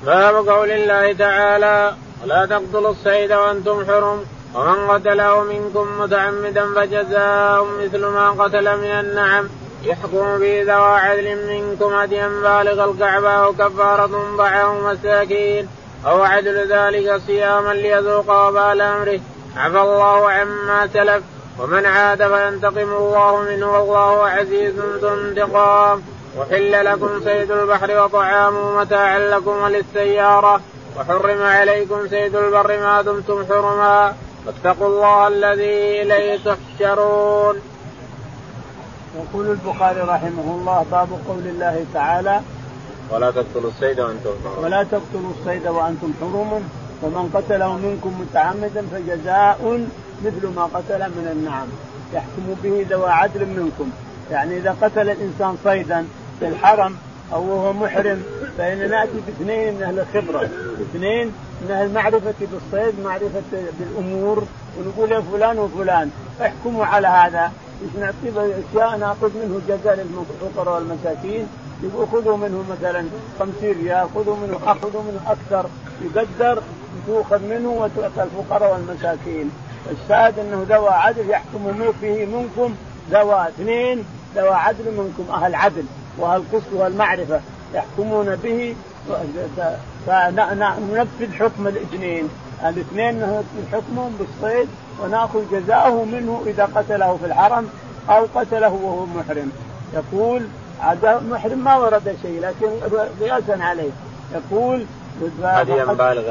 باب قول الله تعالى ولا تقتلوا الصيد وأنتم حرم ومن قتله منكم متعمدا فجزاء مثل ما قتل من النعم يحكم به ذوى عدل منكم هديا بالغ الكعبة وكفارة طعام مساكين أو عدل ذلك صياما ليذوق وبال أمره عفى الله عما سلف ومن عاد فينتقم الله منه والله عزيز ذو انتقام. وحل لكم صيد البحر وطعامه متاعا لكم وللسيارة وحرم عليكم صيد البر ما دمتم حرما واتقوا الله الذي إليه تحشرون. يقول البخاري رحمه الله باب قول الله تعالى ولا تقتلوا الصيد وأنتم حرم ومن قتله منكم متعمدا فجزاء مثل ما قتل من النعم يحكم به ذوى عدل منكم. يعني إذا قتل الإنسان صيدا في الحرم أو وهو محرم فإن نأتي باثنين من أهل الخبرة، اثنين من أهل المعرفة بالصيد معرفة بالأمور، ونقول يا فلان وفلان احكموا على هذا، نعطيه أشياء نأخذ منه جزاء للفقراء والمساكين، يقول خذوا منه مثلا 50 ريال، خذوا منه أكثر يقدر تؤخذ منه وتؤتى الفقراء والمساكين. الشاهد أنه ذوى عدل يحكم فيه منكم ذوى اثنين ذوى عدل منكم أهل عدل وأهل قسط والمعرفة يحكمون به فننفذ حكم الاثنين ننفذ حكمهم بالصيد ونأخذ جزاءه منه إذا قتله في الحرم أو قتله وهو محرم. يقول محرم ما ورد شيء لكن قياسا عليه يقول هديا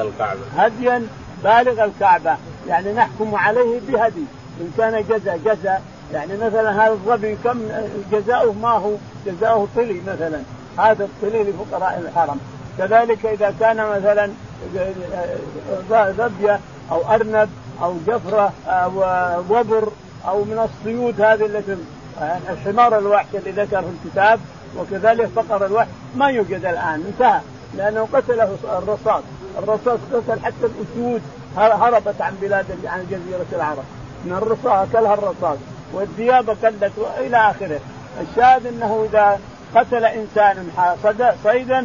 بالغ الكعبة يعني نحكم عليه بهدي إن كان جزاء يعني مثلا هذا الظبي كم جزاؤه ما هو جزاؤه طلي مثلا هذا الطلي لفقراء الحرم. كذلك إذا كان مثلا ذبية أو أرنب أو جفرة أو وبر أو من الصيود هذه التي الحمار الوحش اللي ذكر في الكتاب وكذلك فقر الوحش ما يوجد الآن انتهى لأنه قتله الرصاص قتل حتى الأسود هربت عن بلاد عن جزيرة العرب من الرصاص أكلها الرصاص والديابة كلت إلى آخره. الشاهد أنه إذا قتل إنسان صيدا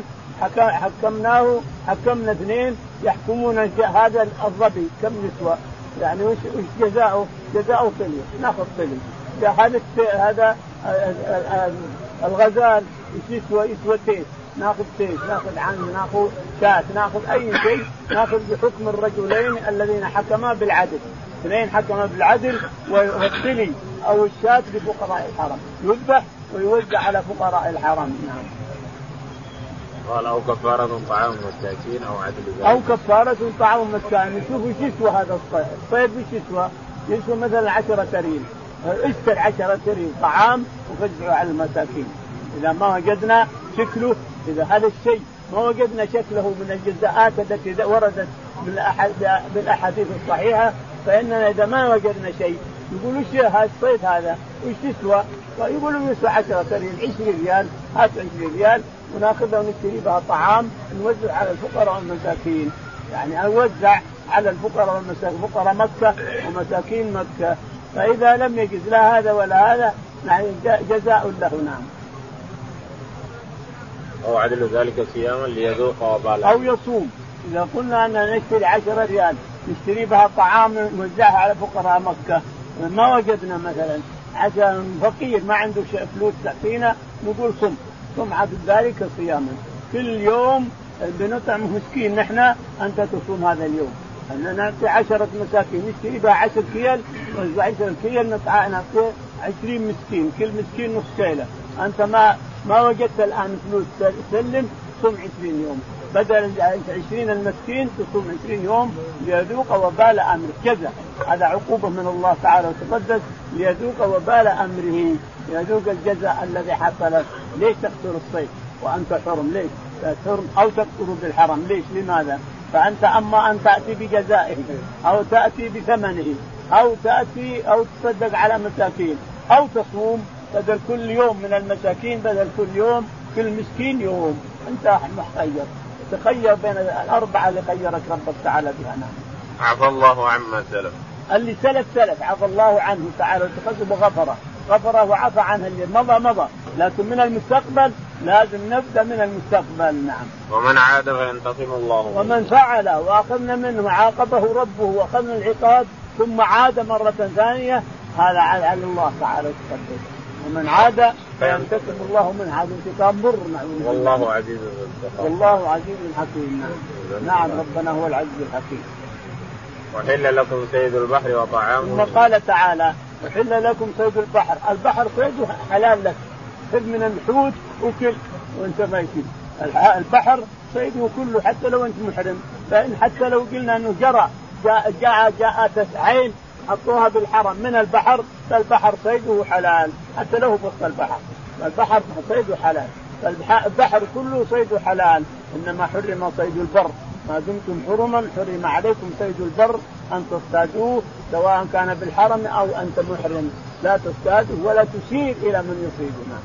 حكمنا اثنين يحكمون هذا الظبي كم يسوى يعني وش جزاؤه طلي ناخذ طلي هذا الغزال يسوى تيس ناخذ تيس ناخذ عنه ناخذ شاة ناخذ أي شيء ناخذ بحكم الرجلين الذين حكما بالعدل اثنين حكما بالعدل والطلي أو الشاة لفقراء الحرم يذبح ويوزع على فقراء الحرم. نعم. قال أو كفارة طعام مساكين أو عدل ذلك أو كفارة طعام مساكين. شوفوا ايش يسوى هذا الصيد ايش يسوى مثلا 10 ريال اشتر 10 ريال طعام وفجعوا على المساكين. إذا ما وجدنا شكله إذا هذا الشيء ما وجدنا شكله من الجزاءات التي وردت بالأحاديث الصحيحة فإننا إذا ما وجدنا شيء يقولوا ايش هذا الصيد هذا وش يسوى ويقولوا يسوى 10 ريال 20 ريال هات 20 ريال وناخذها ونشتري بها طعام نوزع على الفقراء والمساكين. يعني نوزع على الفقراء والمساكين فقراء مكة ومساكين مكة. فإذا لم يجد لا هذا ولا هذا يعني جزاء له. نعم. أو عدل ذلك صياما ليذوق وبال أو يصوم. إذا قلنا أننا نشتري 10 ريال نشتري بها طعام نوزعها على فقراء مكة ما وجدنا مثلا عشان فقير ما عنده فلوس تعطينا نقول صم عدل ذلك صياما كل يوم بنطعم مسكين نحن أنت تصوم هذا اليوم أننا نعطي 10 مساكين نشتري بها 10 كيل و 10 كيل نعطي 20 مسكين كل مسكين نص كيلة. أنت ما وجدت الآن فلوس سلم صم 20 يوم بدل 20 المسكين تصوم 20 يوم ليذوق وبال أمره كذا. هذا عقوبة من الله تعالى وتقدس ليذوق وبال أمره يذوق الجزاء الذي حصل. ليش تقتل الصيد وأنت حرم؟ ليش تحرم أو تقتل بالحرم؟ ليش لماذا؟ فأنت أما أن تأتي بجزائه أو تأتي بثمنه أو تأتي أو تصدق على مساكين أو تصوم بدل كل يوم من المساكين بدل كل يوم كل مسكين يوم أنت مخير تخير بين الأربعة اللي خيرك ربك تعالى بها. عفى الله عما سلف اللي سلف عفى الله عنه تعالى وتقدم غفره وعفى عنه اللي مضى لكن من المستقبل لازم نبدأ من المستقبل. نعم. ومن عاد فينتقم الله منه. ومن فعل وأخذنا منه عاقبه ربه وأخذنا العقاب ثم عاد مرة ثانية هذا على الله تعالى وتقدس. ومن عاد فينتقم الله منه، هذا انتقام مر. والله عزيز ذو انتقام. والله عزيز حكيم. نعم ربنا هو العزيز الحكيم. وحل لكم صيد البحر وطعامه. ثم قال تعالى وحل لكم صيد البحر. البحر صيده حلال لك، خذ من الحوت وكل وانت ماشي. البحر صيده كله حتى لو انت محرم، فإن حتى لو قلنا انه جرى جاءت عين حطوها بالحرم من البحر، فالبحر صيده حلال حتى له وسط البحر. البحر صيده حلال، البحر كله صيده حلال. انما حرم صيد البر، ما دمتم حرما حرم عليكم صيد البر ان تصطادوه سواء كان بالحرم او انت محرم، لا تصطاده ولا تشير الى من يصيدنا.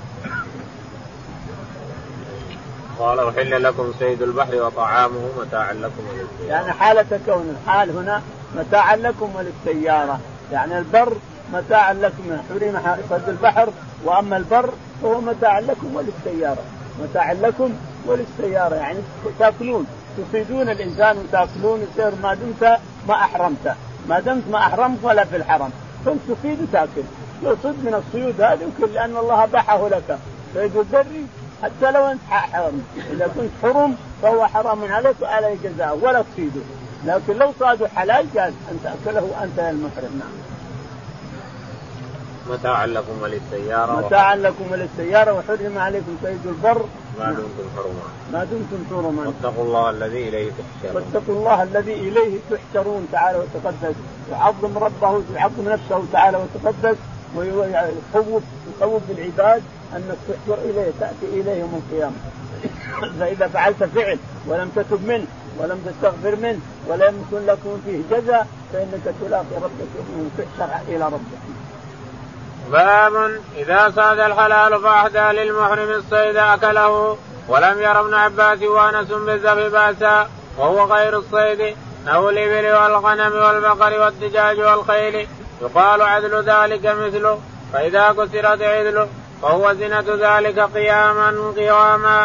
قال وحل لكم صيد البحر وطعامه متاعا لكم وللسيارة. يعني حالة كون الحال هنا متاعا لكم وللسيارة، يعني البر متاعا لكم، حرم صيد البحر، وأما البر فهو متاعا لكم وللسيارة. متاعا لكم وللسيارة يعني تأكلون، تصيدون الإنسان وتأكلون السير ما دمت ما أحرمت، ما دمت ما أحرمت ولا في الحرم ثم تصيد وتأكل. يصيد من الصيود هذه وكل لأن الله باحه لك. صيد البري حتى لو أنت حرم، إذا كنت حرم فهو حرام عليك وعليه جزاء ولا تصيده، لكن لو صادوا حلال جاز أن تأكله أنت المحرم. نعم. متاعا لكم وللسيارة. متاعا لكم وللسيارة. وحرم عليكم صيد البر ما دمتم حرما. ما دمتم حرما. واتقوا الله الذي إليه تحشرون. واتقوا الله الذي إليه تحشرون تعالى وتقدس. يعظم ربه يعظم نفسه تعالى وتقدس ويخوف بالعباد أنك تحشر إليه، تأتي إليه يوم القيامة. فإذا فعلت فعل ولم تتب منه ولم تستغفر منه ولم يكن لكم فيه جزاء فإنك تلاقي ربك وتحشر إلى ربك. باب إذا صاد الحلال فأحدى للمحرم الصيد أكله ولم ير ابن عباس وأنس بالذبح بأسا وهو غير الصيد أو الإبل والغنم والبقر والدجاج والخيل يقال عدل ذلك مثله، فإذا كسرت عدله فهو زنة ذلك قواما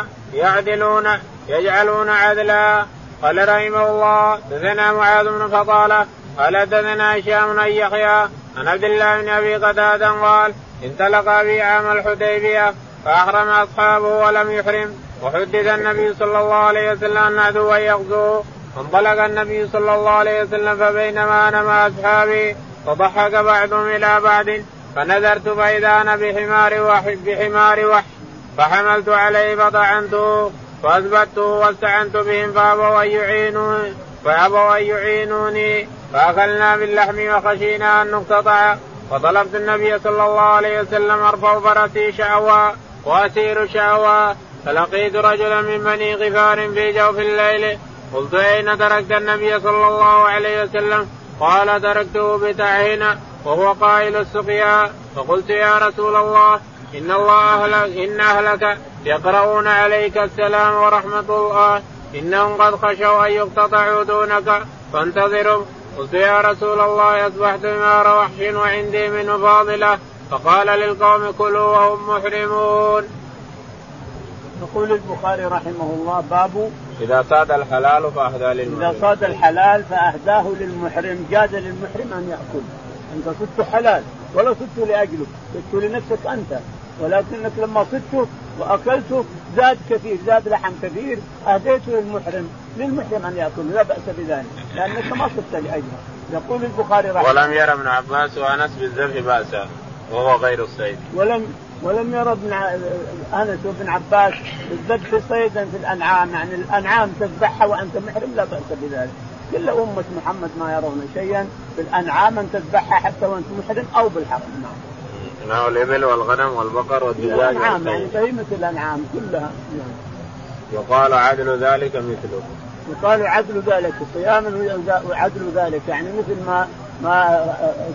يجعلون عدلا. قال رحمه الله دثنا معاذ بن فضالة قال دثنا هشام بن يحيى عن عبد الله بن أبي قتادة قال انطلق أبي عام الحديبية فأحرم أصحابه ولم يحرم، وحدث النبي صلى الله عليه وسلم أن عدوا يغزوه، فانطلق النبي صلى الله عليه وسلم فبينما أنا مع أصحابي فضحك بعضهم إلى بعض فنذرت فإذا أنا بحمار وحش فحملت عليه فطعنته فأثبته واستعنت بهم فأبوا أن يعينوني فأكلنا باللحم وخشينا أن نقتطع، فطلبت النبي صلى الله عليه وسلم أرفع فرسي شعوا وأسير شعوا، فلقيت رجلا من بني غفار في جوف الليل قلت أين تركت النبي صلى الله عليه وسلم؟ قال تركته بتعهن وهو قائل السقيا، فقلت يا رسول الله إن أهلك يقرؤون عليك السلام ورحمة الله إنهم قد خشوا أن يقتطعوا دونك فانتظروا. قلت يا رسول الله أصبحت بمار وحش وعندي منه فاضلة، فقال للقوم كلوا وهم محرمون. يقول البخاري رحمه الله باب إذا صاد الحلال فأهدى للمحرم. إذا صاد الحلال فأهداه للمحرم، جاز للمحرم أن يأكل. أنت صدت حلال ولا صدت لأجلك، صدت لنفسك أنت، ولكنك لما صدته وأكلته زاد كثير، زاد لحم كثير، أهديته للمحرم أن يأكل لا بأس بذلك لأنك ما صدت لأجله. يقول البخاري رحمه ولم ير ابن عباس وأنس بالذبح بأسا وهو غير الصيد. ولم ير ابن أنس وابن عباس بالذبح صيدا في الأنعام، يعني الأنعام تذبحها وأنت محرم لا بأس بذلك. كل أمة محمد ما يرون شيئا بالأنعام أن تذبحها حتى وأنت محرم أو بالحرم. نعم. الإبل والغنم والبقر والدجاج والخيل يعني بهيمة الأنعام كلها. يقال عدل ذلك مثله. يقال عدل ذلك صياما وعدل ذلك يعني مثل ما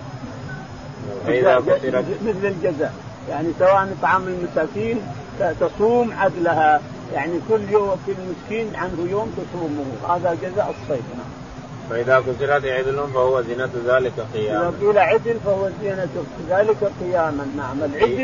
مثل الجزاء، يعني سواء طعام المساكين تصوم عدلها، يعني كل يوم كل مسكين عنده يوم تصومه، هذا جزاء الصيد. فإذا كسرت عدل فهو زينة ذلك قياما. إذا قيل عدل فهو زينة ذلك قياما. نعم. العدل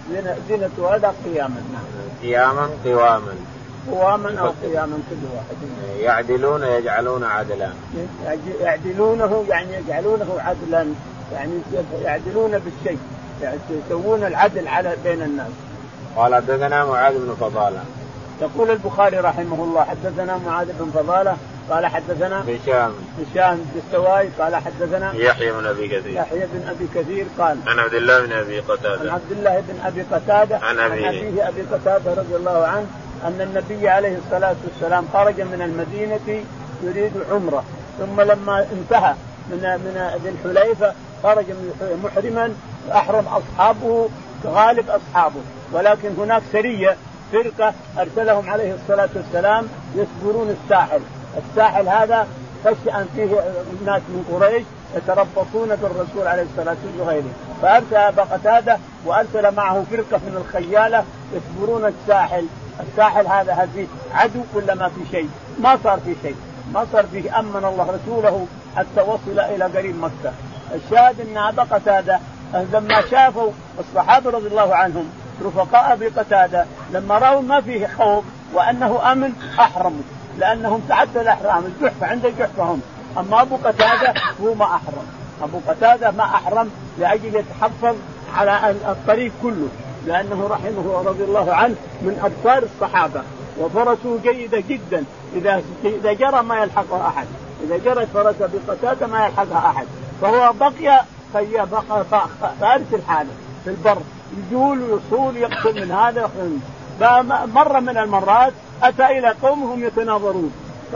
زينة هذا قياما. قياما قواما. قواما أو قياما كل واحد. يعدلون يجعلون عدلا. يعدلونه يعني يجعلونه عدلا، يعني يعدلون بالشيء، يعني يسوون العدل على بين الناس. قال حدثنا معاذ بن فضالة. يقول البخاري رحمه الله حدثنا معاذ بن فضالة قال حدثنا هشام الدستوائي قال حدثنا يحيى بن أبي كثير قال عن عبد الله بن أبي قتادة عن أبيه أبي قتادة رضي الله عنه أن النبي عليه الصلاة والسلام خرج من المدينة يريد عمرة، ثم لما انتهى من ذي الحليفة خرج محرما أحرم أصحابه غالب أصحابه، ولكن هناك سرية فرقة أرسلهم عليه الصلاة والسلام يسبرون الساحل هذا خشي أن فيه الناس من قريش يتربصون بالرسول عليه الصلاة والسلام وغيره، فأرسل أبا قتادة وأرسل معه فرقة من الخيالة يسبرون الساحل هذا هل عدو ولا ما في شيء؟ ما صار فيه أمن الله رسوله حتى وصل إلى قريب مكة. الشاهد أن أبا قتادة لما شافوا الصحابة رضي الله عنهم رفقاء أبي قتادة لما رأوا ما فيه خوف وأنه أمن أحرموا، لأنهم تعدى الأحرام الجحفة عند الجحفة، أما أبو قتادة هو ما أحرم. أبو قتادة ما أحرم لأجل يتحفظ على الطريق كله، لأنه رحمه رضي الله عنه من أبصار الصحابة وفرسه جيدة جدا، إذا جرى ما يلحقه أحد، إذا جرت فرس أبي قتادة ما يلحقها أحد، فهو بقي فارس الحالة في البر يجول ويصول يقتل من هذا. مرة من المرات أتى إلى قومهم يتناظرون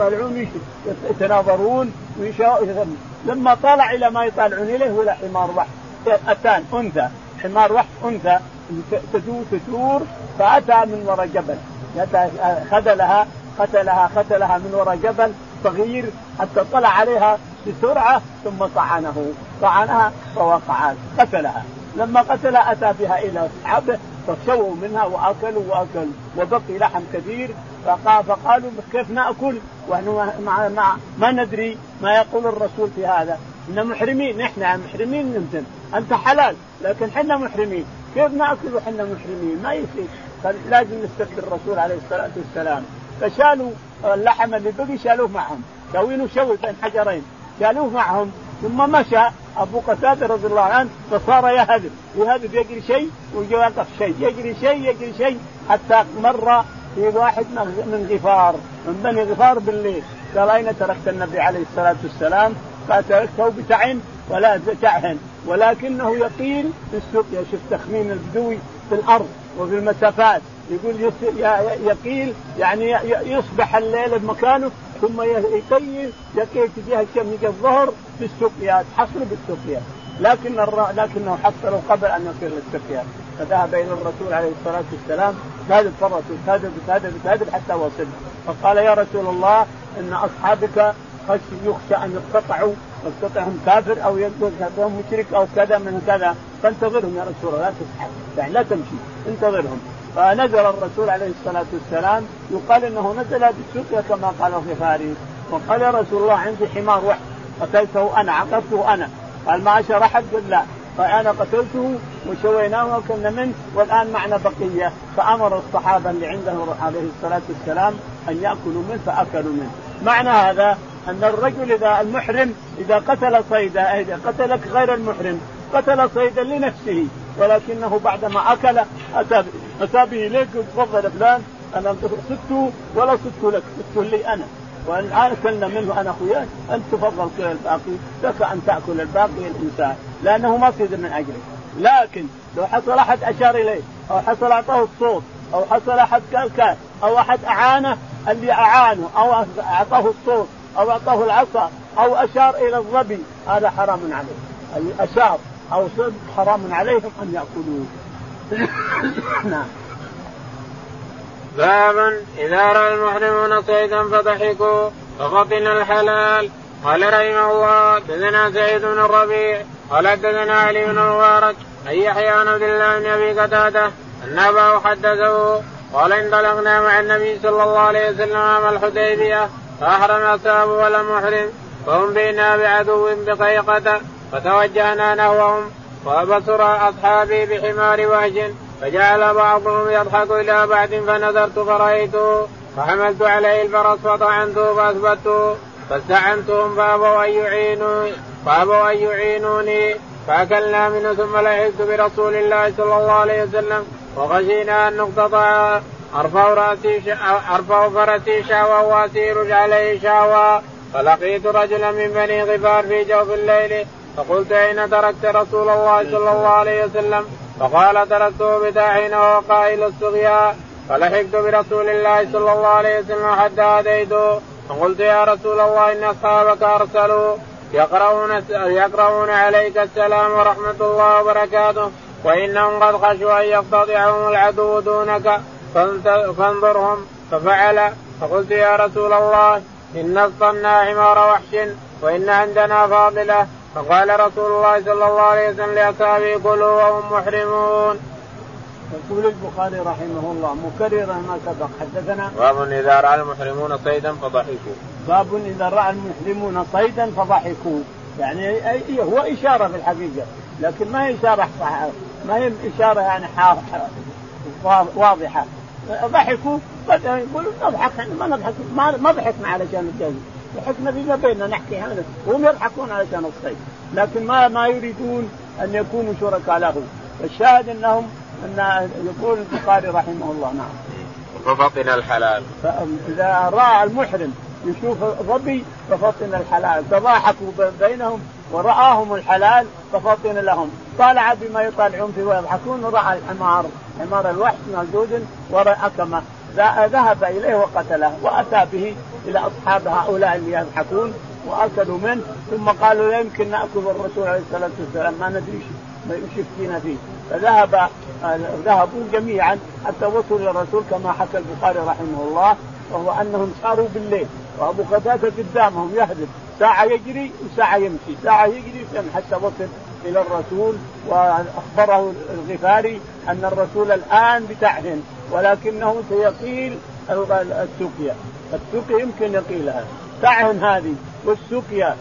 لما طلع إلى ما يطالعون إليه ولا حمار وحش أتان أنثى، حمار وحش أنثى تدور فأتى من وراء جبل قتلها من وراء جبل صغير حتى طلع عليها بسرعة ثم طعنها فوقعت قتلها. لما قتلها أتى بها إلى أصحابه فشووا منها وأكلوا وبقي لحم كثير، فقالوا كيف نأكل ونحن ما ندري ما يقول الرسول في هذا، إن محرمين، نحن محرمين نمتن، أنت حلال لكن حنا محرمين، كيف نأكل وحنا محرمين؟ ما يصير، فلازم نستقبل الرسول عليه الصلاة والسلام. فشالوا اللحم اللي بقي شالوه معهم، شاوينه شوي بين حجرين شالوه معهم، ثم مشى أبو قتادة رضي الله عنه فصار يهذب يجري شيء ويوقف شيء، يجري شيء حتى مر في واحد من غفار من بني غفار بالليل، قال أين تركت النبي عليه الصلاة والسلام؟ قال تركته بتعن ولا تعهن، ولكنه يقيل في السوق. يشوف تخمين البدوي في الأرض وفي المسافات، يقول يقيل يعني يصبح الليل بمكانه ثم يقيل تجاه الشمس يجي الظهر في السقيا، حصل بالسقيا، لكنه حصله قبل أن يصير للسقيا، فذهب إلى الرسول عليه الصلاة والسلام كاذب فرس كاذب حتى وصل، فقال يا رسول الله إن أصحابك يخشى أن يقتطعهم كافر أو يقتطعهم مشرك أو كذا من كذا، فانتظرهم يا رسول الله لا تسحب، يعني لا تمشي انتظرهم. فنزل الرسول عليه الصلاة والسلام يقال إنه نزل بالسقيا كما قال الغفاري، وقال يا رسول الله عندي حمار وحش قتلته أنا عقرته أنا، قال ما عشر أحد قال لا، فأنا قتلته وشويناه وكنا منه والآن معنا بقية، فأمر الصحابة اللي عنده عليه الصلاة والسلام أن يأكلوا منه فأكلوا منه. معنى هذا أن الرجل إذا المحرم إذا قتل صيدا، إذا قتلك غير المحرم قتل صيدا لنفسه، ولكنه بعدما أكل أتى به إليك وتفضل فلان أنا صدته ولا صدته لك، صدته لي أنا، والآن أكلنا منه أنا أخوياك، أنت تفضل كل الباقي، لك أن تأكل الباقي الإنسان لأنه ما صيد من أجله. لكن لو حصل أحد أشار إليه أو حصل أعطاه الصوت أو حصل أحد كالكال أو أحد أعانه اللي أعانه أو أعطاه الصوت أو أعطاه العصا أو أشار إلى الظبي، هذا حرام عليه، أشار أو صد حرام عليهم أن يأكلوه. نعم. باب إذا رأى المحرمون صيدا فضحكوا ففطن الحلال. قال رحمه الله دثنا سعيد بن الربيع قال دثنا علي بن المبارك أن يحيى عن عبد الله بن أبي قتادة أن أباه حدثه قال انطلقنا مع النبي صلى الله عليه وسلم عام الحديبية فأحرم أصحابه ولم محرم، فهم بينا بعدو بقيقة فتوجهنا نحوهم، وأبصر أصحابي بحمار وهج فجعل بعضهم يضحك إلى بعض فنظرت فرأيته فحملت عليه الفرس فطعنته فأثبته فاستعنتهم فأبوا أن يعينوني فأكلنا منه ثم لحقت برسول الله صلى الله عليه وسلم وخشينا أن نقتطع أرفع فرسي شهوة وأسير عليه شهوة فلقيت رجلا من بني غفار في جوف الليل فقلت أين تركت رسول الله صلى الله عليه وسلم فقال تركته بتاحين وهو قائل السقيا فلحقت برسول الله صلى الله عليه وسلم حتى أتيته فقلت يا رسول الله إن أصحابك أرسلوا يقرؤون عليك السلام ورحمة الله وبركاته وإنهم قد خشوا أن يقتطعهم العدو دونك فانظرهم ففعل فقلت يا رسول الله إن اصطلنا حمار وحش وإن عندنا فاضلة فقال رسول الله صلى الله عليه وسلم لأصحابه كلوا وهم محرمون. يقول البخاري رحمه الله مكررا ما سبق حدثنا باب إذا رأى المحرمون صيدا فضحكوا. باب إذا رأى المحرمون صيدا فضحكوا يعني هو إشارة في الحقيقة لكن ما هي إشارة ما هي إشارة يعني واضحة. ضحكوا يقولوا نضحك ما ضحكنا علشان الجاهل ضحكنا فيما بيننا نحكي هذا وهم يضحكون علشان الصيد لكن ما يريدون أن يكونوا شركاء له. الشاهد أن يقول البخاري رحمه الله نعم. ففطن الحلال. إذا رأى المحرم يشوف الظبي ففطن الحلال تضاحكوا بينهم ورآهم الحلال ففطن لهم طالع بما يطالعون فيه ويضحكون ورأى حمار الوحش موجود ورأكمه ذهب إليه وقتله وأتى به إلى أصحاب هؤلاء اللي يضحكون وأكلوا منه ثم قالوا لا يمكن نأكل الرسول عليه الصلاة والسلام ما ندري ما يشفينا فيه فذهبوا جميعا حتى وصلوا للرسول كما حكى البخاري رحمه الله وهو أنهم ساروا بالليل وأبو قتادة قدامهم يهدف ساعة يجري وساعة يمشي ساعة يجري حتى وصل إلى الرسول وأخبره الغفاري أن الرسول الآن بتعهن ولكنه سيقيل السقيا يمكن يقيلها تعهن هذه والسقيا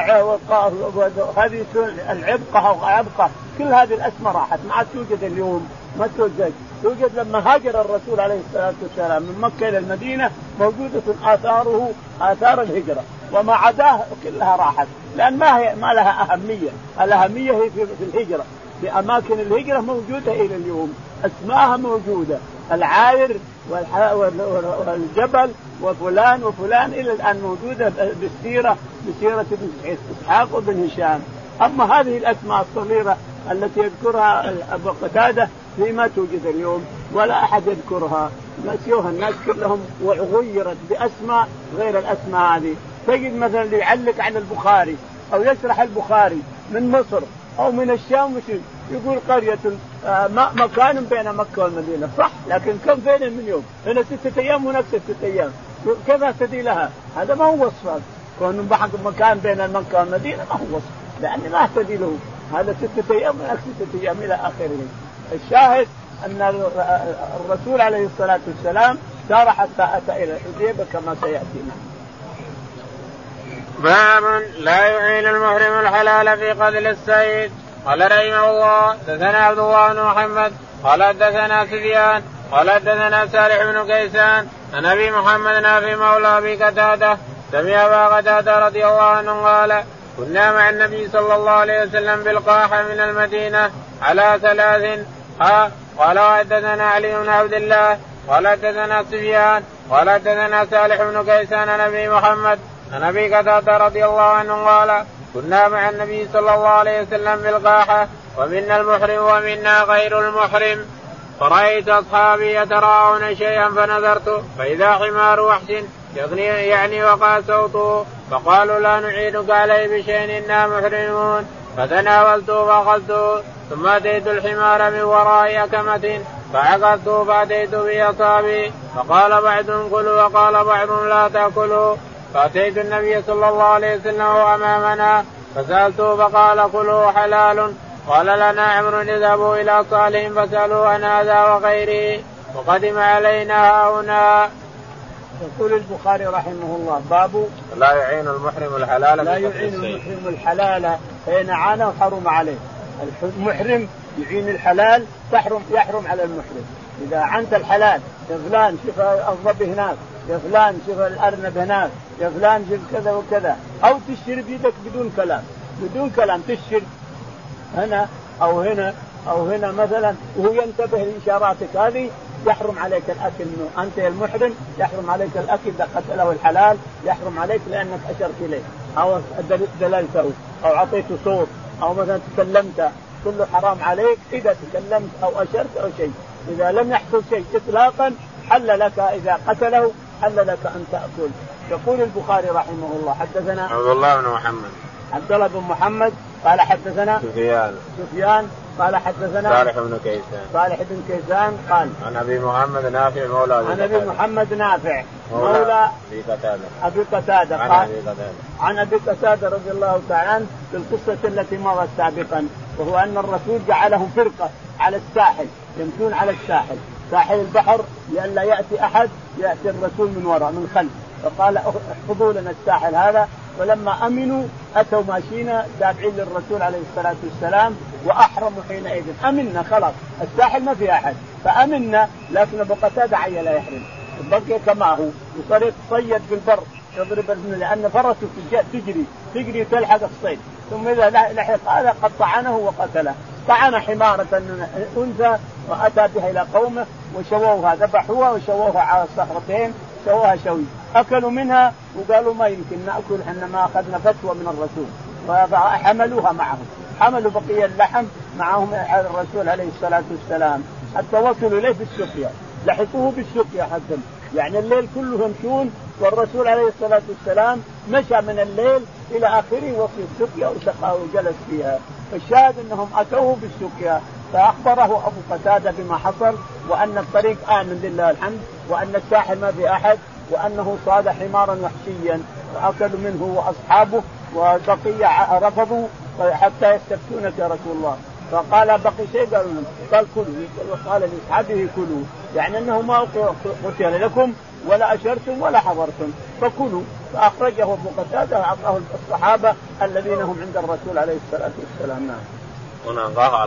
وهذه العبقة كل هذه الأسماء راحت ما عاد توجد اليوم ما توجد لما هاجر الرسول عليه الصلاة والسلام من مكة إلى المدينة موجودة آثار الهجرة وما عداه كلها راحت لأن ما لها أهمية. الأهمية هي في الهجرة في أماكن الهجرة موجودة إلى اليوم أسماءها موجودة العاير والجبل وفلان إلى الآن موجودة بسيرة ابن إسحاق وابن هشام. أما هذه الأسماء الصغيرة التي يذكرها أبو قتادة ما توجد اليوم ولا أحد يذكرها نسيوها الناس كلهم وغيرت بأسماء غير الأسماء هذه. تجد مثلا اللي يعلق على البخاري أو يشرح البخاري من مصر أو من الشام يقول قرية مكان بين مكة والمدينة صح لكن كم فين من يوم هنا 6 أيام هناك 6 أيام كيف اهتدي لها؟ هذا ما هو وصف كون بحق مكان بين مكة والمدينة ما هو وصف لأني ما اهتدي له هذا 6 أيام هناك 6 أيام إلى آخره. الشاهد أن الرسول عليه الصلاة والسلام سار حتى أتى إلى الحديبية كما سيأتينا. باب لا يعين المحرم الحلال في قتل الصيد. قال رحمه الله حدثنا عبد الله بن محمد قال حدثنا سفيان قال حدثنا صالح بن كيسان عن ابي محمد نافع مولى ابي قتاده سمع ابا قتاده رضي الله عنه قال كنا مع النبي صلى الله عليه وسلم بالقاحة من المدينة على 3 قال حدثنا علي بن عبد الله قال حدثنا سفيان قال حدثنا صالح بن كيسان عن ابي محمد عن ابي قتاده رضي الله عنه قال كنا مع النبي صلى الله عليه وسلم بالقاحة ومنا المحرم ومنا غير المحرم فرأيت أصحابي يتراءون شيئا فنظرت فإذا حمار وحش يعني وقع صوته فقالوا لا نعينك عليه بشيء إنا محرمون فتناولته فأخذته ثم أتيت الحمار من وراء أكمة فعقدته فأتيت بأصابي فقال بعضهم كلوا وقال بعضهم لا تأكلوا فأتيت النبي صلى الله عليه وسلم أمامنا فسألته فقال كلوا حلال قال لنا عمرو اذهبوا إلى صالح فسألوا عن هذا وغيره وقدم علينا هنا. يقول البخاري رحمه الله باب لا يعين المحرم الحلال لا يعين المحرم الحلال فإن عانه حرم عليه. المحرم يعين الحلال يحرم على المحرم. إذا عنت الحلال يا فلان شوف الضب هناك، يا فلان شوف الأرنب هناك، يا فلان شوف كذا وكذا، أو تشتري بيدك بدون كلام تشتري هنا أو هنا أو هنا مثلا، وهو ينتبه لإشاراتك هذه، يحرم عليك الأكل منه. أنت المحرم يحرم عليك الأكل إذا قتله الحلال، يحرم عليك لأنك أشرت إليه أو دللته أو أعطيته صوت أو مثلا تكلمت، كله حرام عليك إذا تكلمت أو أشرت أو شيء. إذا لم يحصل شيء إطلاقا حل لك، إذا قتله حل لك أن تأكل. يقول البخاري رحمه الله حدثنا عبد الله بن محمد، عبد الله بن محمد قال حدثنا سفيان قال حدثنا صالح بن كيسان قال عن أبي محمد نافع مولى عن أبي محمد نافع مولى أبي قتادة قال عن أبي قتادة رضي الله تعالى عنه في القصة التي مضت سابقا، وهو أن الرسول جعلهم فرقة على الساحل، يمشون على الساحل ساحل البحر لئلا يأتي أحد، يأتي الرسول من وراء من خلف، فقال احفظوا لنا الساحل هذا. ولما أمنوا أتوا ماشينا تابعين للرسول عليه الصلاة والسلام وأحرموا حينئذ. أمنا خلاص الساحل ما في أحد فأمنا، لكن أبو قتادة عيا لا يحرم، بقي كما هو وصار يتصيد في البر يضرب لأن فرسه تجري تلحق الصيد، ثم إذا لحق هذا قد طعنه وقتله. طعن حمارة أنثى وأتى بها إلى قومه وشووها، ذبحوها وشووها على الصخرتين، شووها شوي، أكلوا منها وقالوا ما يمكن نأكل، إنما أخذنا فتوى من الرسول، فحملوها معهم، حملوا بقية اللحم معهم على الرسول عليه الصلاة والسلام حتى وصلوا إليه بالسقيا، لحقوه بالسقيا حتى يعني الليل كله يمشون، والرسول عليه الصلاة والسلام مشى من الليل إلى آخره وصل السقيا وسقاه وجلس فيها. فالشاهد أنهم أتوه بالسقيا، فأخبره أبو قتادة بما حصل، وأن الطريق آمن لله الحمد، وأن الساحل ما في أحد، وأنه صاد حمارا وحشيا وأكلوا منه وأصحابه، وبقية رفضوا حتى يستفتونك يا رسول الله. فقال بقي شيء، قال كلوا، وقال لأصحابه كلوا، يعني أنه ما قتل لكم ولا أشرتم ولا حضرتم فكلوا. فأخرجه أبو قتادة وأعطاه الصحابة الذين هم عند الرسول عليه الصلاة والسلام. هنا قاح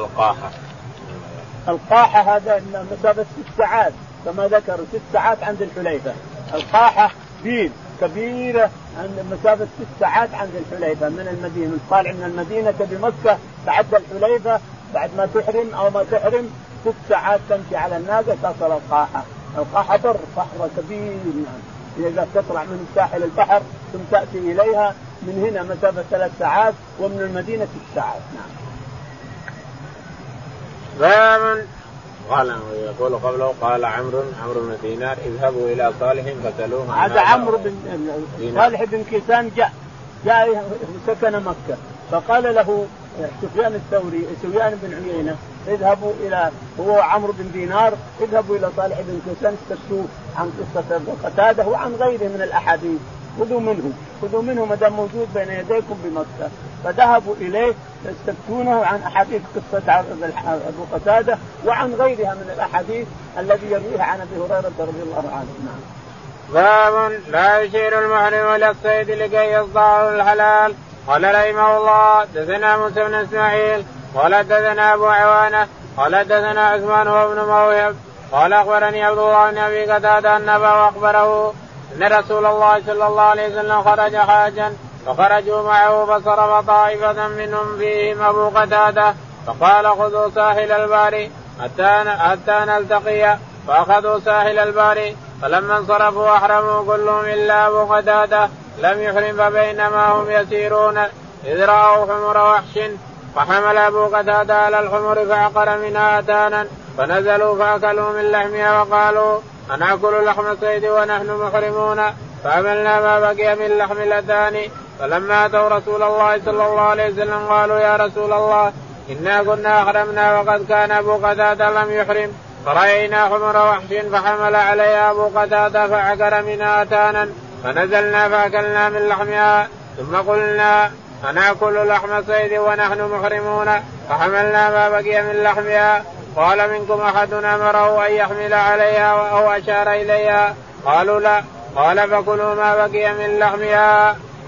القاحة هذا مسافة 6 ساعات كما ذكروا، 6 ساعات عند الحليفة. القاحة بير كبيرة عند مسافة 6 ساعات عند الحليفة من المدينة، طالع من المدينة بمكة تعدى الحليفة بعد ما تحرم أو ما تحرم 6 ساعات تمشي على الناقة تصل القاحة. القاحة بر صحراء كبير، إذا تطلع من ساحل البحر ثم تأتي إليها من هنا مسافة 3 ساعات ومن المدينة 6 ساعات. باب قال يقول قبله قال عمرو بن دينار اذهبوا إلى صالح فتلوه. هذا عمرو بن صالح بن كيسان جاء سكن مكة، فقال له سفيان الثوري سفيان بن عيينة اذهبوا إلى هو عمرو بن دينار اذهبوا إلى صالح بن كيسان استفسوه عن قصة قتادة وعن غيره من الأحاديث، خذوا منه ما دام موجود بين يديكم بمكة. فذهبوا إليه يستفتونه عن أحاديث قصة أبو قتادة وعن غيرها من الأحاديث الذي يرويها عن أبي هريرة رضي الله عنه. باب لا يشير المحرم إلى الصيد لكي يصطاده الحلال. قال رحمه الله دثنا موسى بن إسماعيل قال دثنا أبو عوانة قال دثنا عثمان هو ابن موهب قال أخبرني عبد الله بن أبي قتادة أن أباه أخبره أن رسول الله صلى الله عليه وسلم خرج حاجا فخرجوا معه فصرف طائفة منهم فيهم أبو قتادة فقال خذوا ساحل البار حتى نلتقي، فأخذوا ساحل البار فلما انصرفوا أحرموا كلهم إلا أبو قتادة لم يحرم، فبينما هم يسيرون إذ رأوا حمر وحش فحمل أبو قتادة على الحمر فعقر منها أتانا فنزلوا فأكلوا من لحمها وقالوا أنأكل لحم الصيد ونحن محرمون، فعملنا ما بقي من لحم الأتان. فلما أتوا رسول الله صلى الله عليه وسلم قالوا يا رسول الله إنا كنا أحرمنا وقد كان أبو قتادة لم يحرم، فرأينا حمر وحش فحمل عليها أبو قتادة فعقر منها أتانا فنزلنا فأكلنا من لحمها، ثم قلنا أنأكل لحم صيد ونحن محرمون، فحملنا ما بقي من لحمها. قال منكم أحد أمره أن يحمل عليها أو أشار إليها؟ قالوا لا. قال فكلوا ما بقي من لحمها.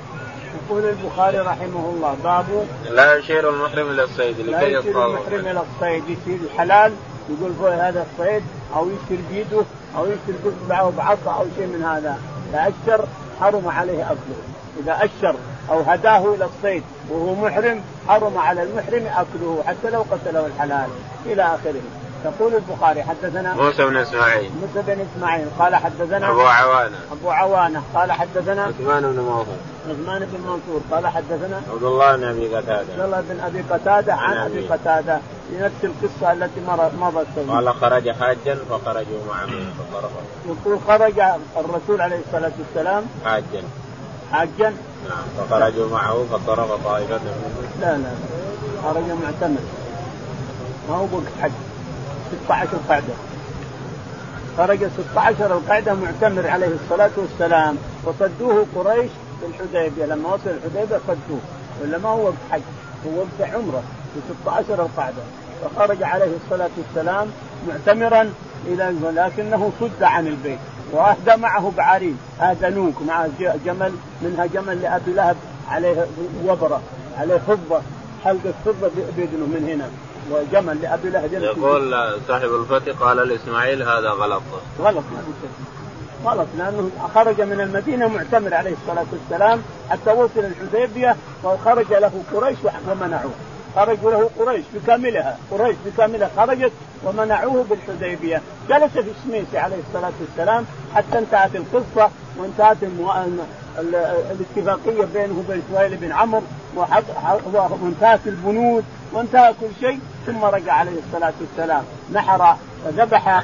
يقول البخاري رحمه الله باب لا يشير المحرم إلى الصيد لا يشير المحرم إلى الصيد، يصير الحلال يقول فوق هذا الصيد أو يشير بيده أو يشير بإصبعه بعصا أو شيء من هذا، فأشر حرم عليه أكله. إذا أشر أو هداه إلى الصيد وهو محرم حرم على المحرم أكله حتى لو قتله الحلال إلى آخره. يقول البخاري حدثنا موسى بن إسماعيل قال حدثنا أبو عوانة قال حدثنا عثمان بن منصور قال حدثنا عبد الله بن أبي قتادة عن أبي قتادة لنفس القصة التي مضت. قال خرج حاجا فخرجوا معه يقول خرج الرسول عليه الصلاة والسلام حاجا نعم فخرجوا معه فضرب طائفة منهم. لا خرج معتمر ما هو حج 16 القعدة، خرج 16 القعدة معتمر عليه الصلاة والسلام، وصدوه قريش بالحديبية. لما وصل الحديبية صدوه، ولا ما هو وقت حج، هو وقت عمره في 16 القعدة. فخرج عليه الصلاة والسلام معتمرا لكنه صد عن البيت، وأهدى معه بعارين، هذا نوك مع جمل، منها جمل لأبي لهب عليه وبرة عليه فضة، حلقة فضة بإذنه من هنا، وجمل لأبي لهب. يقول صاحب الفتح قال لإسماعيل هذا غلط لأنه خرج من المدينة معتمر عليه الصلاة والسلام حتى وصل الحديبية، وخرج له قريش ومنعوه. خرج له قريش بكاملها خرجت ومنعوه بالحديبية. جلس في الشميسي عليه الصلاة والسلام حتى انتهت القصة وانتهت الاتفاقية بينه وبين سهيل بن عمرو، وانتهت البنود وانتهى كل شيء. ثم رجع عليه الصلاة والسلام ذبح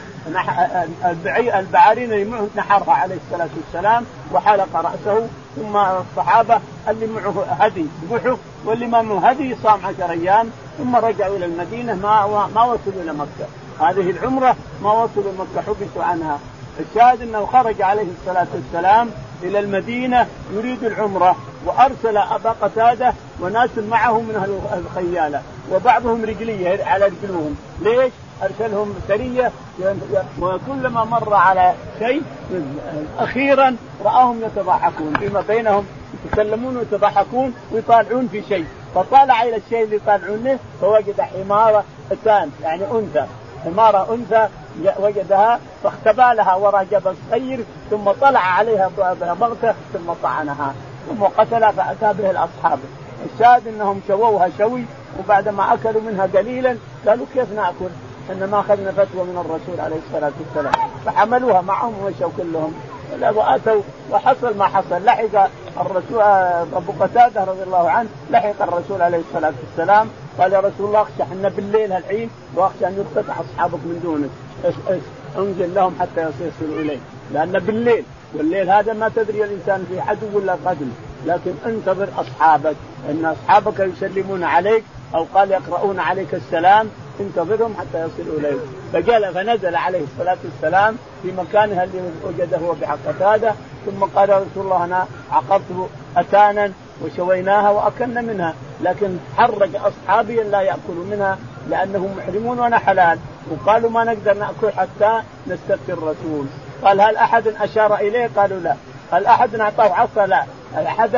البعارين اللي معه، نحرها عليه الصلاة والسلام وحلق رأسه. ثم الصحابة اللي معه هدي ذبحه، واللي ما معه هدي صام 10 أيام. ثم رجعوا إلى المدينة، ما وصلوا إلى مكة. هذه العمرة ما وصلوا مكة، حبسوا عنها. الشاهد أنه خرج عليه الصلاة والسلام إلى المدينة يريد العمرة، وأرسل أبا قتادة وناس معه من الخيالة، وبعضهم رجلية على رجلهم. ليش؟ أرسلهم سرية، وكلما مر على شيء أخيرا رآهم يتضحكون فيما بينهم، يتكلمون ويتضحكون ويطالعون في شيء. فطالع إلى الشيء اللي يطالعونه فوجد حمارة يعني أنثى، حمارة أنثى وجدها فاختبالها وراء جبل صغير، ثم طلع عليها بغتة ثم طعنها ثم قتلها فأتى به الأصحاب. الشاهد أنهم شووها شوي، وبعدما أكلوا منها قليلا قالوا كيف نأكل؟ إنما أخذنا فتوى من الرسول عليه الصلاة والسلام، فحملوها معهم ومشوا كلهم وأتوا. وحصل ما حصل، لحق الرسول أبو قتادة رضي الله عنه لحق الرسول عليه الصلاة والسلام، قال يا رسول الله أخشى أن بالليل هالحين وأخشى أن يقتطع أصحابك من دونك، انزل لهم حتى يصلوا إليه، لأن بالليل والليل هذا ما تدري الإنسان في عدو ولا قدم، لكن انتظر أصحابك، إن أصحابك يسلمون عليك أو قال يقرؤون عليك السلام، انتظرهم حتى يصلوا إليه. فنزل عليه الصلاة والسلام في مكانها اللي وجده هو بقتادة، ثم قال رسول الله أنا عقبت أتانا وشويناها وأكلنا منها، لكن حرج أصحابي لا يأكلوا منها لأنهم محرمون وأنا حلال، وقالوا ما نقدر نأكل حتى نستفتي الرسول. قال هل أحد أشار إليه؟ قالوا لا. هل أحد أعطاه عصا؟ لا. هل أحد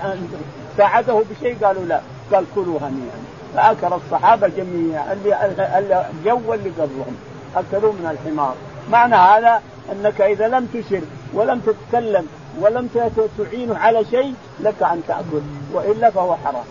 ساعده بشيء؟ قالوا لا. قال كلوا هنيئا. فأكل الصحابة جميعا اللي جو اللي قبلهم أكلوا من الحمار. معنى هذا أنك إذا لم تشر ولم تتكلم ولم تعينه على شيء لك أن تأكل، وإلا فهو حرام.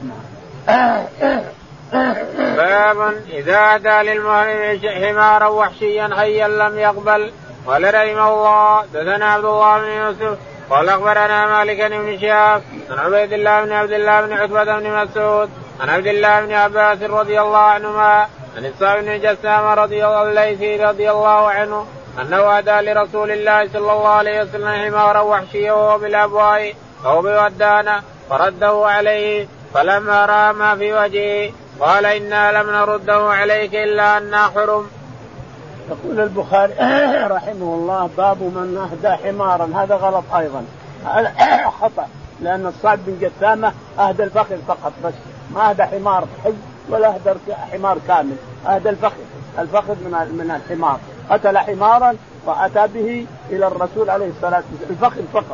باب إذا أتى للمحرم حمارا وحشيا حيا لم يقبل. قال رحمه الله دثنا عبد الله بن يوسف قال أخبرنا مالك بن شهاب عن عبيد الله بن عبد الله بن عتبة بن مسعود عن عبد الله بن عباس رضي الله عنهما عن الصعب بن جسام رضي الله عنه أنه أهدى لرسول الله صلى الله عليه وسلم حمارا وحشيا وهو بالأبواء أو بودانة فرده عليه، فلما رأى ما في وجهه قال إنا لم نرده عليك إلا أننا حرم. يقول البخاري رحمه الله باب من أهدى حمارا، هذا غلط أيضا، خطأ، لأن الصعب بن جثامة أهدى الفخذ فقط بس، ما أهدى حمار حي ولا أهدى حمار كامل، أهدى الفخذ من الحمار، قتل حمارا وأتى به إلى الرسول عليه الصلاة والسلام، الفخذ فقط،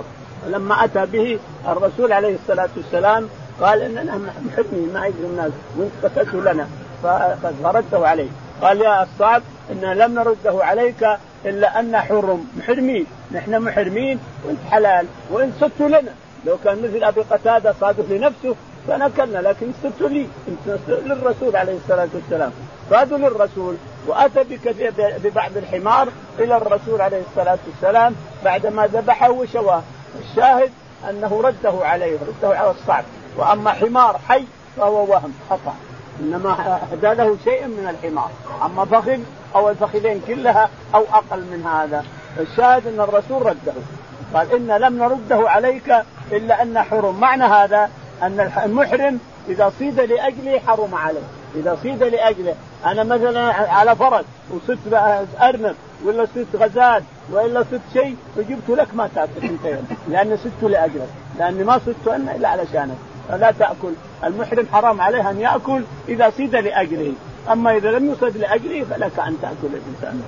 لما أتى به الرسول عليه الصلاة والسلام قال إننا محرمين ما يجري الناس وانت قتلته لنا فرده عليه. قال يا الصعب إن لم نرده عليك إلا أن حرم محرمين، نحن محرمين وانت حلال وانت صدت لنا. لو كان مثل أبي قتادة صادف لنفسه فنكلنا، لكن صدت لي انت للرسول عليه الصلاة والسلام. صادوا للرسول وأتى ببعض الحمار إلى الرسول عليه الصلاة والسلام بعدما ذبحه وشواه. الشاهد أنه رده عليه، رده على الصعب. وأما حمار حي فهو وهم خطأ، إنما أهدى له شيء من الحمار، أما فخذ أو الفخذين كلها أو أقل من هذا. الشاهد أن الرسول رده، قال إن لم نرده عليك إلا أن حرم. معنى هذا أن المحرم إذا صيد لأجله حرم عليه. إذا صيد لأجله، أنا مثلا على فرس وصدت أرنب ولا صدت غزال وإلا صدت شيء وجبت لك ما تأكل انت، لأن صدت لأجلك، لأني ما صدت أنا إلا علشانك، فلا تأكل. المحرم حرام عليه أن يأكل إذا صيد لأجله، أما إذا لم يصد لأجله فلك أن تأكل الإنسان.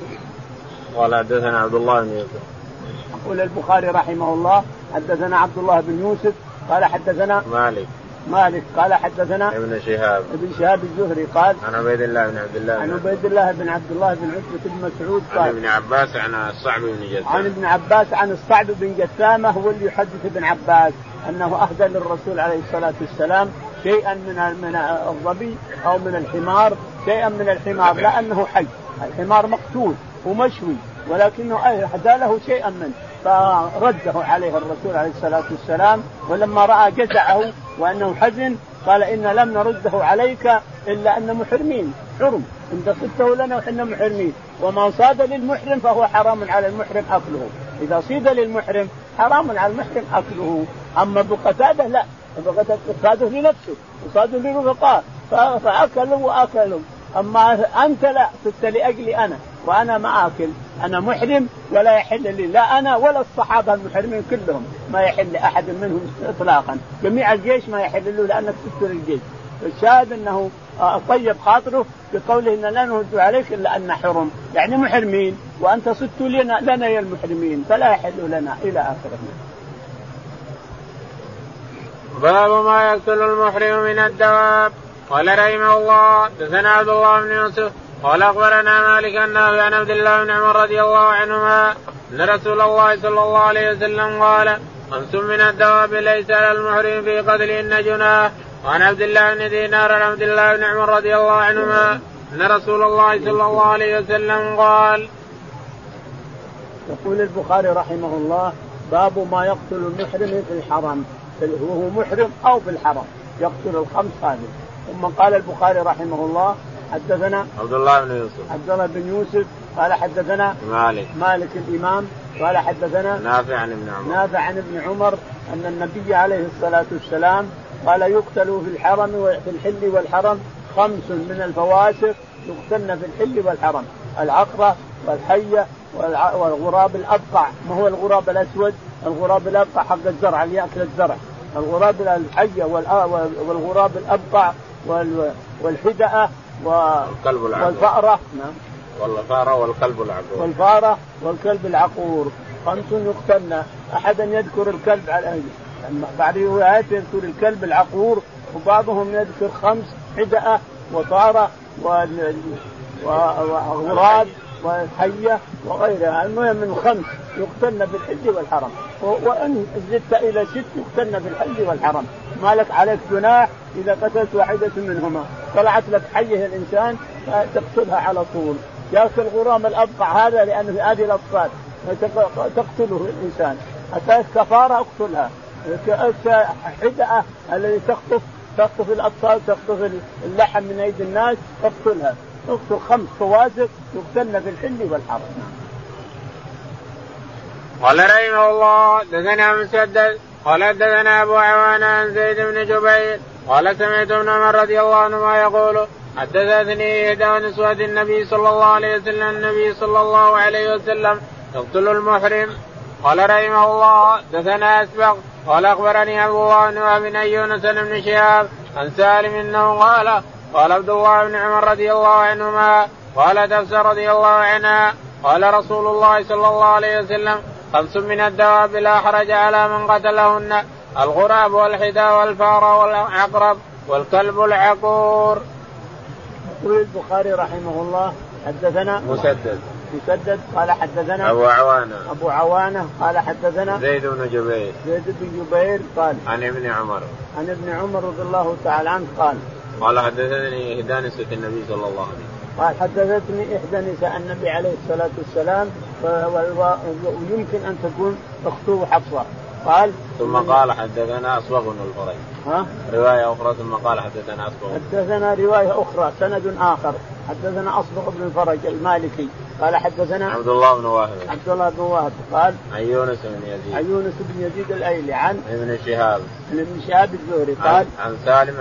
قال حدثنا عبد الله بن يوسف. يقول البخاري رحمه الله حدثنا عبد الله بن يوسف قال حدثنا مالك قال حدثنا ابن شهاب الزهري قال عن عبيد الله بن عبد الله بن عتبة بن مسعود قال عن ابن عباس عن الصعب بن جثامة عن ابن عباس عن الصعب بن جثامة هو اللي يحدث ابن عباس أنه أهدى للرسول عليه الصلاة والسلام شيئا من الظبي أو من الحمار، شيئا من الحمار، لا أنه حي، الحمار مقتول ومشوي، ولكنه أهدى له شيئا منه فرده عليه الرسول عليه الصلاة والسلام. ولما رأى جزعه وأنه حزن قال إن لم نرده عليك إلا أن محرمين، حرم انت صدته لنا وحنا محرمين، وما صاد للمحرم فهو حرام على المحرم أكله. إذا صيد للمحرم حرام على المحرم أكله. أما بقتاده لا، صاده لنفسه وصاده لرفقاء فأكلوا وأكلوا. أما أنت لا، صدت لأجلي أنا وأنا ما أكل، أنا محرم ولا يحل لي، لا أنا ولا الصحابة المحرمين كلهم ما يحل لأحد منهم إطلاقا، جميع الجيش ما يحل له لأنك صدت للجيش. الشاهد أنه طيب خاطره بقوله إن لا نرد عليك إلا أن حرم، يعني محرمين وأنت صدت لنا يا المحرمين فلا يحل لنا إلى آخره. باب ما يقتل المحرم من الدواب. قال رحمه الله حدثنا عبد الله بن يوسف قال أخبرنا مالك النافع عن عبد الله بن عمر رضي الله عنهما أن رسول الله صلى الله عليه وسلم قال خمس من الدواب ليس على المحرم في قتلهن جناح. وعن عبد الله بن دينار عن عبد الله بن عمر رضي الله عنهما أن رسول الله صلى الله عليه وسلم قال. يقول البخاري رحمه الله باب ما يقتل المحرم في الحرم، وهو محرم أو في الحرم يقتل الخمس هذه. ثم قال البخاري رحمه الله حدثنا عبد الله بن يوسف قال حدثنا مالك الإمام قال حدثنا نافع عن ابن عمر أن النبي عليه الصلاة والسلام قال يقتل في الحرم وفي الحل والحرم خمس من الفواسق يقتلن في الحل والحرم: العقرة والحية والغراب الأبقع. ما هو الغراب الأسود؟ الغراب الأبقع حق الزرع اللي يأكل الزرع. الغراب الحية والغراب الأبقع والحدأة والفأرة والفأرة والكلب العقور. خمس يقتلن. أحدا يذكر الكلب على بعض الروايات يذكر الكلب العقور، وبعضهم يذكر خمس: حدأة وفأرة وغراب والحية وغيرها. المهم من خمس يقتلن في الحل والحرم، وإن زدت إلى 6 يقتلن في الحل والحرم. ما لك عليك جناح إذا قتلت واحدة منهما. طلعت لك حية الإنسان تقتلها على طول. يأكل الغرام الأبقع هذا لأنه في هذه الأطفال تقتله الإنسان. أتاك كفارة اقتلها. حدأة الذي تخطف الأطفال، تخطف اللحم من أيدي الناس، تقتلها. اقتل 5 فواسق يقتلن في الحل والحرم. قال رحمه الله دثنا مسدد قال دثنا أبو عوان عن زيد بن جبير قال سمعت ابن عمر رضي الله عنهما يقول حدثتني إحدى نسوة النبي صلى الله عليه وسلم النبي صلى الله عليه وسلم يقتل المحرم. قال رحمه الله دثنا أسبق قال أخبرني عبد الله بن وهب بن يونس بن شهاب عن سالم إنه قال عبد الله بن عمر رضي الله عنهما قال حفصة رضي الله عنها قال رسول الله صلى الله عليه وسلم 5 من الدواب لا حرج على من قتلهن: الغراب والحدى والفار والعقرب والكلب العقور. يقول البخاري رحمه الله حدثنا مسدد قال حدثنا أبو عوانة قال حدثنا زيد بن جبير قال عن ابن عمر رضي الله تعالى عنه قال حدثني إحدى نسوة النبي صلى الله عليه وسلم قال حدثتني إحدى نساء النبي عليه الصلاة والسلام ويمكن أن تكون أخته حفصة. قال ثم قال حدثنا أصبغ بن الفرج رواية أخرى ثم قال حدثنا رواية أخرى سند آخر حدثنا أصبغ بن الفرج المالكي قال حدثنا عبد الله بن واهب قال عن يونس بن يزيد الأيلي عن ابن شهاب الزهري قال عن سالم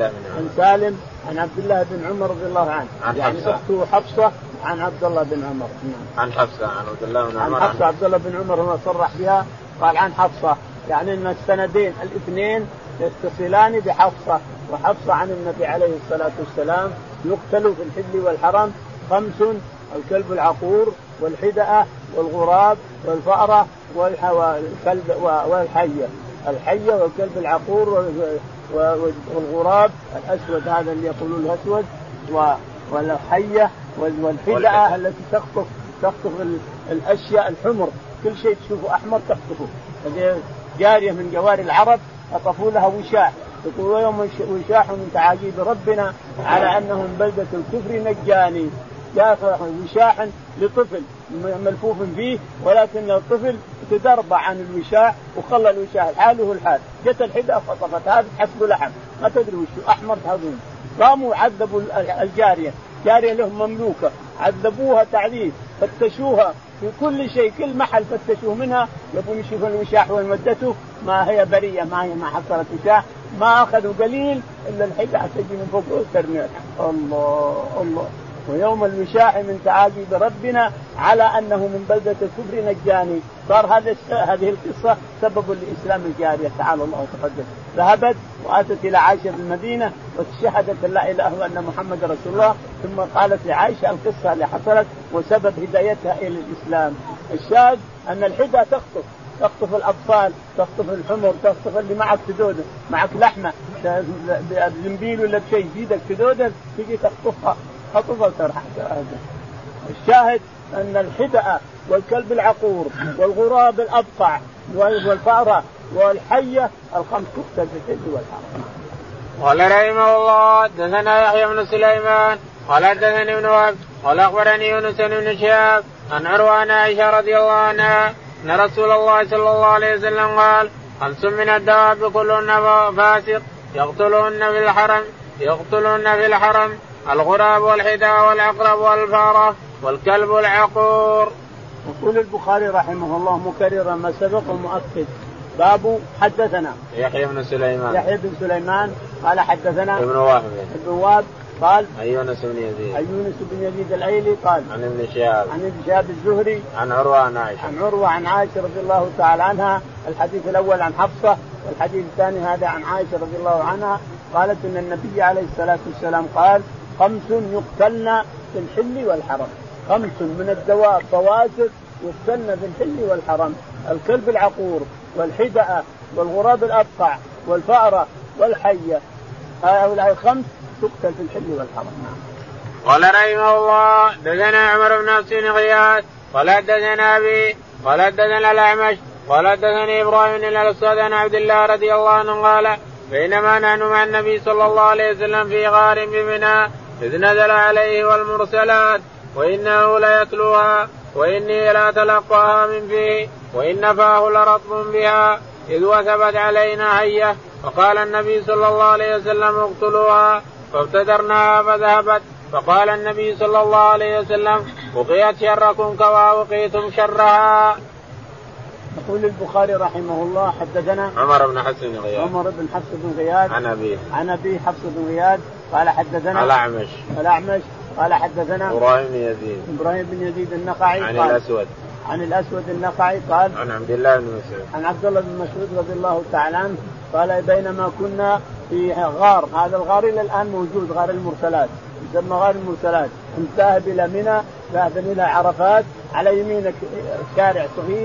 عن عبد الله بن عمر رضي الله عنه يعني أخته حفصة عن عبد الله بن عمر عن حفصة عن عبد الله بن عمر عن حفصة عبد الله بن عمر هو صرح بها قال عن حفصة يعني أن السندين الاثنين يتصلان بحفصة وحفصة عن النبي عليه الصلاة والسلام يقتل في الحل والحرم 5: الكلب العقور والحدأة والغراب والفأرة والكلب والحية والكلب العقور والغراب الأسود هذا اللي يقولون الأسود والحية والحدأة التي تخطف الأشياء الحمر كل شيء تشوفه أحمر تخطفه. هذه جارية من جواري العرب أطفوا لها وشاح يقول يوم وشاح من تعاجيب ربنا على أنهم بلدة الكفر نجاني جاء وشاح لطفل ملفوف فيه ولكن الطفل تدربع عن الوشاح وخلى الوشاح حاله الحال جت الحدة خطفت هذا حسب لحم ما تدري وش أحمر هذون قاموا عذبوا الجارية لهم مملوكة عذبوها تعذيب فتشوها في كل شيء كل محل فتشوه منها يبون يشوفون الوشاح ومدته ما هي برية ما حصلت وشاح ما أخذوا قليل إلا الحدة تجي من فوق وترميها. الله ويوم الوشاح من تعاجب ربنا على أنه من بلدة الكفر نجاني صار هذه القصة سبب لإسلام الجارية تعالى الله وتقدم ذهبت وأتت إلى عائشة في المدينة وشهدت لا إله إلا أن محمد رسول الله ثم قالت لعائشة القصة اللي حصلت وسبب هدايتها إلى الإسلام. الشاهد أن الحدة تخطف الأطفال تخطف الحمر تخطف اللي معك تدودة معك لحمة بزنبيل ولا بشيء جيدك تدودة تيجي تخطفها خطفها ترحل. الشاهد أن الحدأ والكلب العقور والغراب الأبقع والفأرة والحية 5 تقتل في الحل والحرم. قال رحمه الله حدثنا يحيى بن سليمان قال حدثني ابن وهب قال أخبرني يونس بن شهاب عن عروة عن عائشة رضي الله عنها أن رسول الله صلى الله عليه وسلم قال 5 من الدواب كلهن فاسق يقتلون في الحرم الغراب والحدى والعقرب والفارة والكلب العقور. يقول البخاري رحمه الله مكررا ما سبق المؤكد باب حدثنا يحيى بن سليمان قال حدثنا ابن وهب قال عن يونس بن يزيد الأيلي قال عن ابن شهاب الزهري عن عروة عن عائشة رضي الله تعالى عنها. الحديث الأول عن حفصة والحديث الثاني هذا عن عائشة رضي الله عنها قالت إن النبي عليه الصلاة والسلام قال 5 يقتلن في الحل والحرم 5 من الدواب فواسق يقتلن في الحل والحرم الكلب العقور والحدأ والغراب الأبقع والفأرة والحية هؤلاء 5 تقتل في الحل والحرم. قال رحمه الله دثنا عمر بن حفص بن غياث قال حدثنا أبي قال حدثنا الأعمش قال حدثني إبراهيم بن الأسود عن عبد الله رضي الله عنه قال بينما نحن مع النبي صلى الله عليه وسلم في غار بمنى إذ نزل عليه والمرسلات وإنه ليتلوها وإني لا تلقاها من فيه وإن فاه لرطب بها إذ وثبت علينا حية فقال النبي صلى الله عليه وسلم اقتلوها فابتدرناها فذهبت فقال النبي صلى الله عليه وسلم وقيت شركم كما وقيتم شرها. يقول البخاري رحمه الله حدثنا عمر بن حفص بن غياث عن أبي حفص بن غياث قال حدثنا الأعمش قال حدثنا إبراهيم بن يزيد النخعي عن الأسود النخعي قال عن عبد الله بن مسعود رضي الله تعالى عنه قال بينما كنا في غار هذا الغار إلى الآن موجود غار المرسلات يسمى غار المرسلات ذاهب إلى منى ذاهب إلى عرفات على يمينك شارع صغير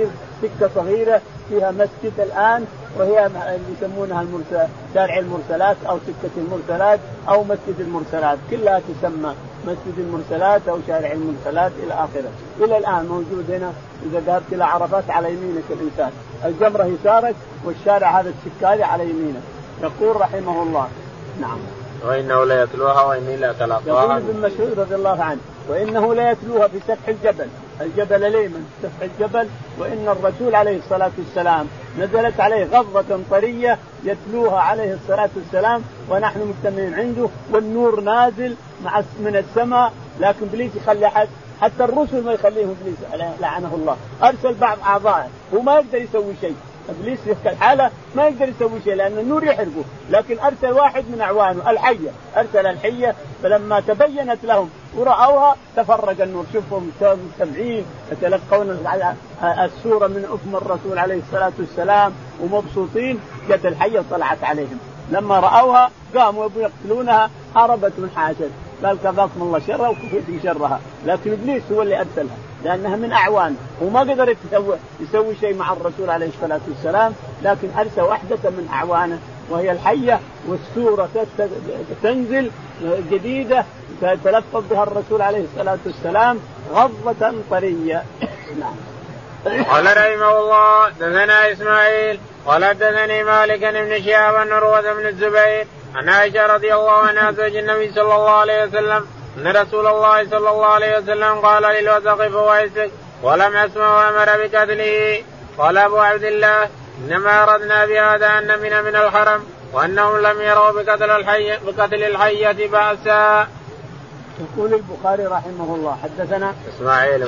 سكة صغيرة فيها مسجد الآن، وهي اللي يسمونها شارع المرسلات أو سكة المرسلات أو مسجد المرسلات، كلها تسمى مسجد المرسلات أو شارع المرسلات إلى آخره. إلى الآن موجود هنا. إذا ذهبت إلى عرفات على يمينك الإنسان، الجمرة يسارك والشارع هذا السكاري على يمينك. يقول رحمه الله نعم وإنه لا يتلوها وإني لا أتلقاها. يقول ابن مسعود رضي الله عنه وإنه لا يتلوها في سفح الجبل، الجبل الأيمن سفح الجبل، وإن الرسول عليه الصلاة والسلام نزلت عليه غضة طرية يتلوها عليه الصلاة والسلام ونحن مجتمعين عنده والنور نازل من السماء، لكن إبليس يخلي حتى الرسل ما يخليهم إبليس لعنه الله، أرسل بعض أعضائه وما يقدر يسوي شيء. إبليس في الحالة ما يقدر يسوي شيء لأن النور يحرقه، لكن أرسل واحد من أعوانه الحية، أرسل الحية فلما تبينت لهم ورأوها تفرق النور. شوفهم مستمعين يتلقون السورة من أفم الرسول عليه الصلاة والسلام ومبسوطين، جت الحية طلعت عليهم. لما رأوها قاموا يقتلونها، هربت حاجت، قال كفاكم الله شرها وكفيت شرها، لكن إبليس هو اللي أرسلها لأنها من أعوان وما قدر يسوي شيء مع الرسول عليه الصلاة والسلام، لكن أرسل واحدة من أعوانه وهي الحية، والسورة تنزل جديدة تلفظ بها الرسول عليه الصلاة والسلام غضة طرية. نعم. قال رحمه الله دثنا إسماعيل قال دثني مالك بن شهاب عن عروة بن الزبير عن عائشة رضي الله عنها زوج النبي صلى الله عليه وسلم أن رسول الله صلى الله عليه وسلم قال للوثق فويسك ولم أسمع وأمر بقتله. قال أبو عبد الله إنما أردنا بهذا أن من الحرم وأنهم لم يروا بقتل الحية بأسا. يقول البخاري رحمه الله حدثنا إسماعيل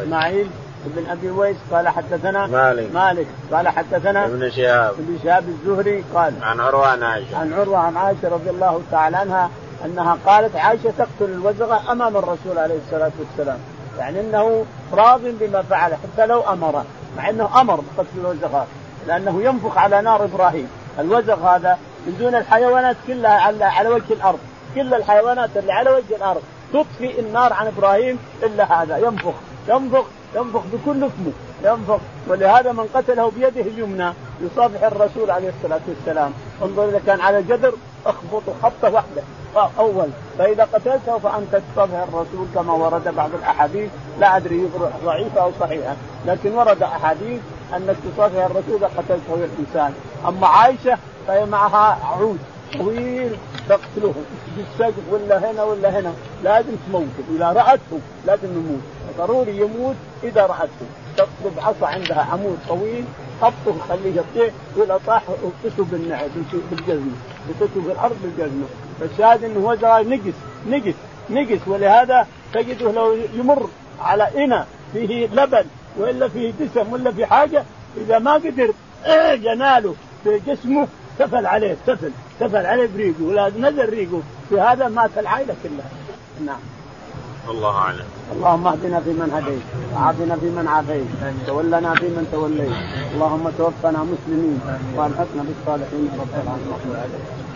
بن أبي ويس قال حدثنا مالك قال حدثنا ابن شهاب الزهري قال عن عروة عن عائشة رضي الله تعالى عنها أنها قالت عائشة تقتل الوزغة أمام الرسول عليه الصلاة والسلام، يعني أنه راض بما فعل حتى لو أمر، مع أنه أمر بقتل الوزغة لأنه ينفخ على نار إبراهيم. الوزغ هذا من دون الحيوانات كلها على وجه الأرض، كل الحيوانات اللي على وجه الأرض تطفئ النار عن إبراهيم إلا هذا ينفخ بكل اسمه ينفخ. ولهذا من قتله بيده اليمنى يصافح الرسول عليه الصلاة والسلام. انظر إذا كان على جدر اخبطه خبطة واحدة أول، فإذا قتلته فأنت تصافح الرسول كما ورد بعض الأحاديث، لا أدري ضعيفة أو صحيحة، لكن ورد أحاديث أنك تصافح الرسول إذا قتلته الإنسان. أما عائشة فهي معها عود طويل تقتله بالسجف ولا هنا لازم تموته، إذا رأته لازم يموت، ضروري يموت إذا رأته. تطلب عصا عندها عمود طويل خبطه خليه يطيح، وإذا طاح اغتسه بالجزمة، اغتسه في الأرض بالجزمة. فالشاهد إنه وزغ نجس، ولهذا تجده لو يمر على إناء فيه لبن وإلا فيه دسم ولا في حاجة، إذا ما قدر يناله بجسمه تفل عليه بريقه، ولا نزل ريقه، في هذا مات العائلة كلها. نعم. الله أعلم. اللهم اهدنا فيمن هديت وعافنا فيمن عافيت تولنا فيمن توليت، اللهم توفنا مسلمين والحقنا بالصالحين رب العالمين.